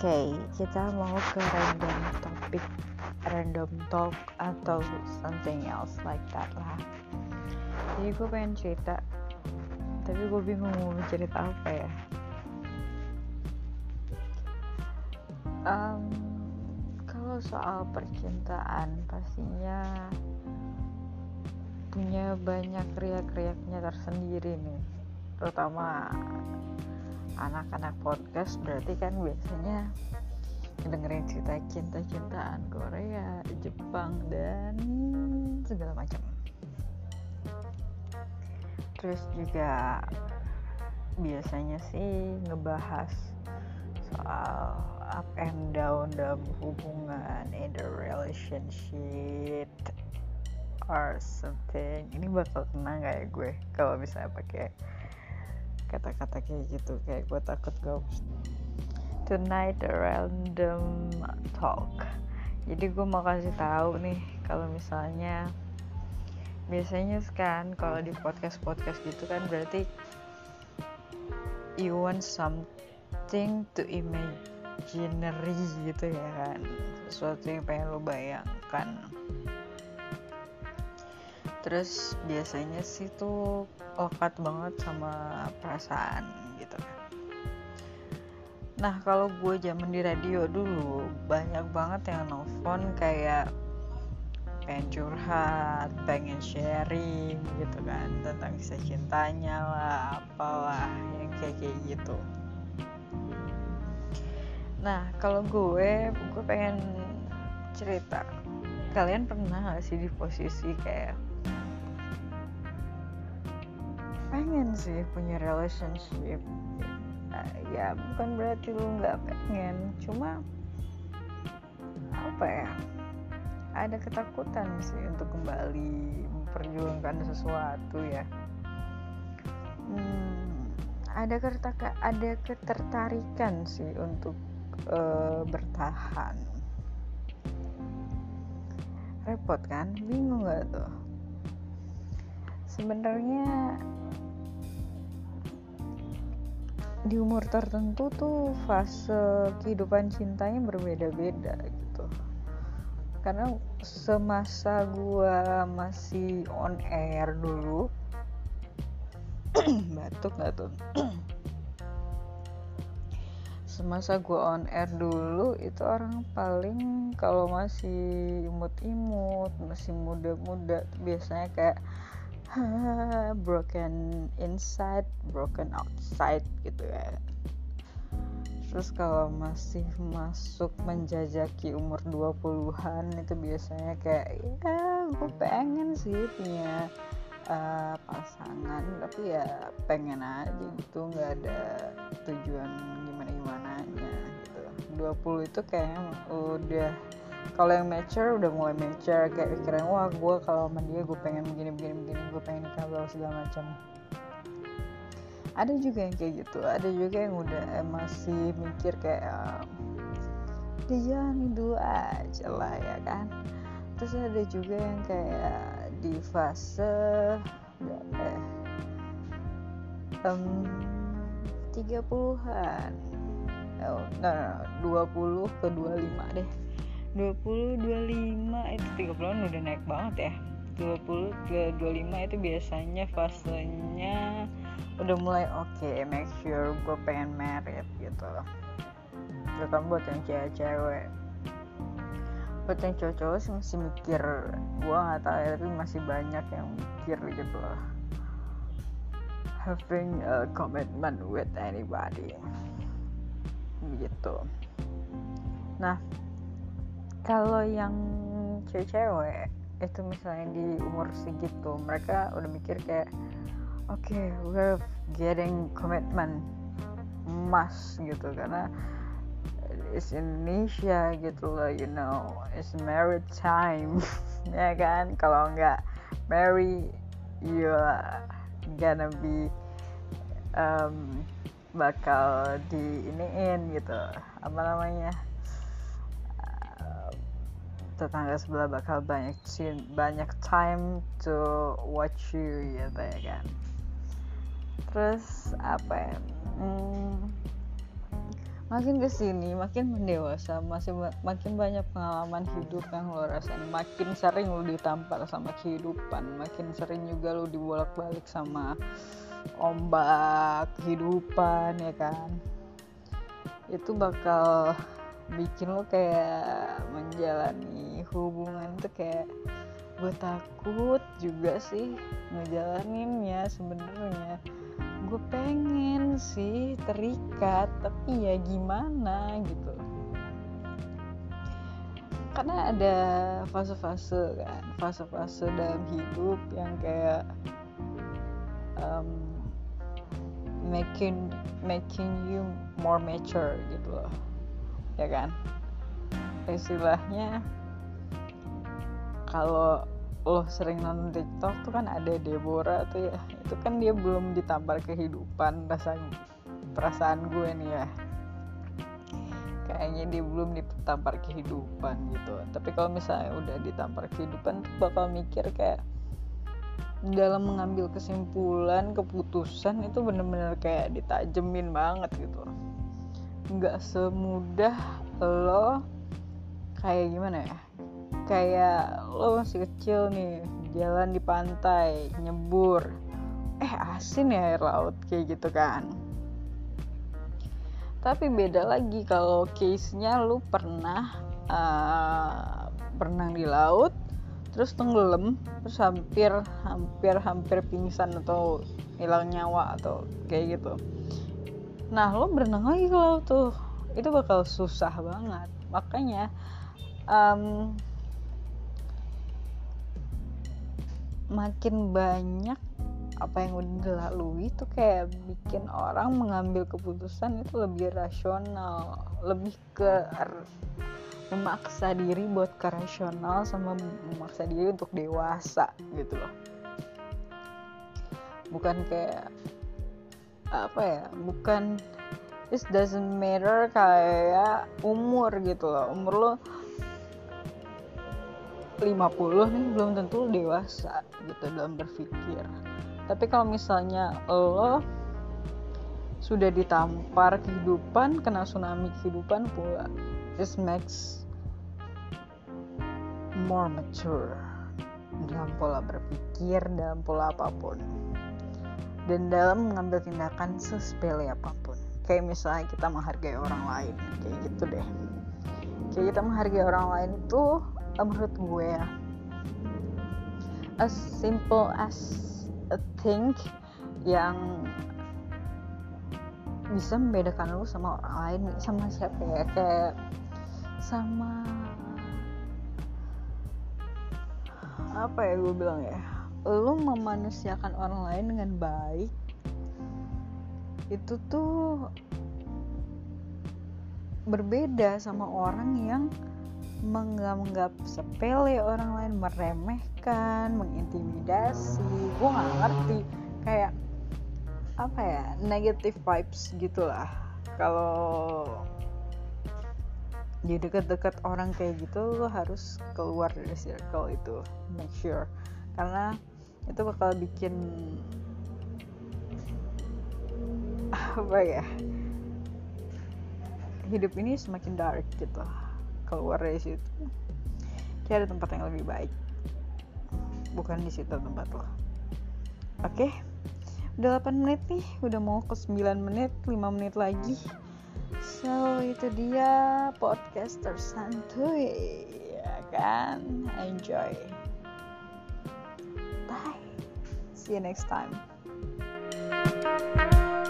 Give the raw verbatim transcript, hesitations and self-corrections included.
Oke, kita mau ke random topic, random talk atau something else like that lah. Jadi gue pengen cerita, tapi gue bingung mau cerita apa ya. Um, kalau soal percintaan pastinya punya banyak riak-riaknya tersendiri nih, terutama anak-anak podcast. Berarti kan biasanya dengerin cerita cinta-cintaan Korea, Jepang, dan segala macam. Terus juga biasanya sih ngebahas soal up and down dalam hubungan, in the relationship or something. Ini bakal kena gak ya gue kalau misalnya pakai kata-kata kayak gitu, kayak gue takut ghost. Tonight a random talk. Jadi gue mau kasih tahu nih, kalau misalnya biasanya kan kalau di podcast-podcast gitu kan berarti you want something to imaginary gitu ya kan, sesuatu yang pengen lo bayangkan. Terus biasanya sih tuh lekat banget sama perasaan gitu kan. Nah kalau gue zaman di radio dulu banyak banget yang nelfon kayak pengen curhat, pengen sharing gitu kan, tentang kisah cintanya lah, apalah yang kayak kayak gitu. Nah kalau gue, gue pengen cerita, kalian pernah gak sih di posisi kayak pengen sih punya relationship? Nah, ya bukan berarti lu nggak pengen, cuma apa ya, ada ketakutan sih untuk kembali memperjuangkan sesuatu ya. Hmm, ada kertaka, ada ketertarikan sih untuk uh, bertahan. Repot kan, bingung nggak tuh? Sebenarnya di umur tertentu tuh fase kehidupan cintanya berbeda-beda gitu. Karena semasa gua masih on air dulu batuk gak tuh? Semasa gua on air dulu itu orang paling kalau masih imut-imut, masih muda-muda biasanya kayak broken inside, broken outside gitu ya. Terus kalau masih masuk menjajaki umur dua puluhan itu biasanya kayak ya gue pengen sih punya uh, pasangan, tapi ya pengen aja gitu, gak ada tujuan gimana-gimananya gitu. dua puluh itu kayaknya udah, kalau yang mature udah mulai mature, kayak pikiran wah gue kalau sama dia gue pengen begini begini begini, gue pengen nikah segala macam. Ada juga yang kayak gitu, ada juga yang udah eh, masih mikir kayak dia jalani dulu aja lah ya kan. Terus ada juga yang kayak di fase berapa ya, um, tiga puluhan, oh, no, no, dua puluh ke dua puluh lima deh, dua puluh dua puluh lima itu tiga puluhan udah naik banget ya. Dua puluh ke dua puluh lima itu biasanya fasenya udah mulai oke, okay, make sure gue pengen married gitu. Terutama buat yang cewek-cewek. Buat yang cowok-cowok sih masih mikir, gue gak tahu ya, tapi masih banyak yang mikir gitu loh, having a commitment with anybody gitu. Nah kalau yang cewek-cewek itu misalnya di umur segitu, mereka udah mikir kayak oke, okay, we're getting commitment must gitu, karena it's Indonesia gitu loh, you know, it's married time ya kan. Kalau nggak marry you're gonna be um, bakal di iniin gitu, apa namanya, tetangga sebelah bakal banyak banyak time to watch you gitu ya kan. Terus apa ya, hmm, makin kesini makin mendewasa, masih makin banyak pengalaman hidup yang lo rasain, makin sering lo ditampar sama kehidupan, makin sering juga lo dibolak-balik sama ombak kehidupan, ya kan. Itu bakal bikin lo kayak menjalani hubungan tuh kayak, gue takut juga sih ngejalaninnya. Sebenarnya gue pengen sih terikat, tapi ya gimana gitu. Karena ada fase-fase kan, fase-fase dalam hidup yang kayak um, making making you more mature gitu loh, ya kan. Istilahnya kalau lo sering nonton TikTok tuh kan ada Deborah tuh ya, itu kan dia belum ditampar kehidupan, rasa perasaan gue nih ya, kayaknya dia belum ditampar kehidupan gitu. Tapi kalau misalnya udah ditampar kehidupan tuh bakal mikir kayak dalam mengambil kesimpulan, keputusan itu bener-bener kayak ditajemin banget gitu. Nggak semudah lo kayak gimana ya, kayak lo masih kecil nih, jalan di pantai, nyebur, eh asin ya air laut, kayak gitu kan. Tapi beda lagi kalau case-nya lo pernah uh, berenang di laut, terus tenggelam, terus hampir hampir hampir pingsan atau hilang nyawa atau kayak gitu. Nah lo berenang lagi ke laut tuh, itu bakal susah banget. Makanya um, makin banyak apa yang udah dilalui itu kayak bikin orang mengambil keputusan itu lebih rasional, lebih ke memaksa diri buat ke rasional sama memaksa diri untuk dewasa gitu loh. Bukan kayak apa ya, bukan it doesn't matter kayak umur gitu loh. Umur lo lima puluh nih belum tentu dewasa gitu dalam berpikir. Tapi kalau misalnya lo sudah ditampar kehidupan, kena tsunami kehidupan pula, this makes more mature dalam pola berpikir, dalam pola apapun, dan dalam mengambil tindakan sesepele apapun. Kayak misalnya kita menghargai orang lain, kayak gitu deh. Kayak kita menghargai orang lain itu menurut gue ya, as simple as a thing yang bisa membedakan lu sama orang lain, sama siapa ya, kayak sama apa ya gue bilang ya, lu memanusiakan orang lain dengan baik itu tuh berbeda sama orang yang menganggap sepele orang lain, meremehkan, mengintimidasi. Gue nggak ngerti, kayak apa ya, negative vibes gitulah. Kalau di dekat-dekat orang kayak gitu, lo harus keluar dari circle itu, make sure, karena itu bakal bikin apa ya, hidup ini semakin dark gitu. Keluar dari situ, kayak ada tempat yang lebih baik, bukan di situ tempat lo. Oke, udah delapan menit nih, udah mau ke sembilan menit, lima menit lagi. So itu dia podcast tersantuy, ya kan? Enjoy. Bye. See you next time.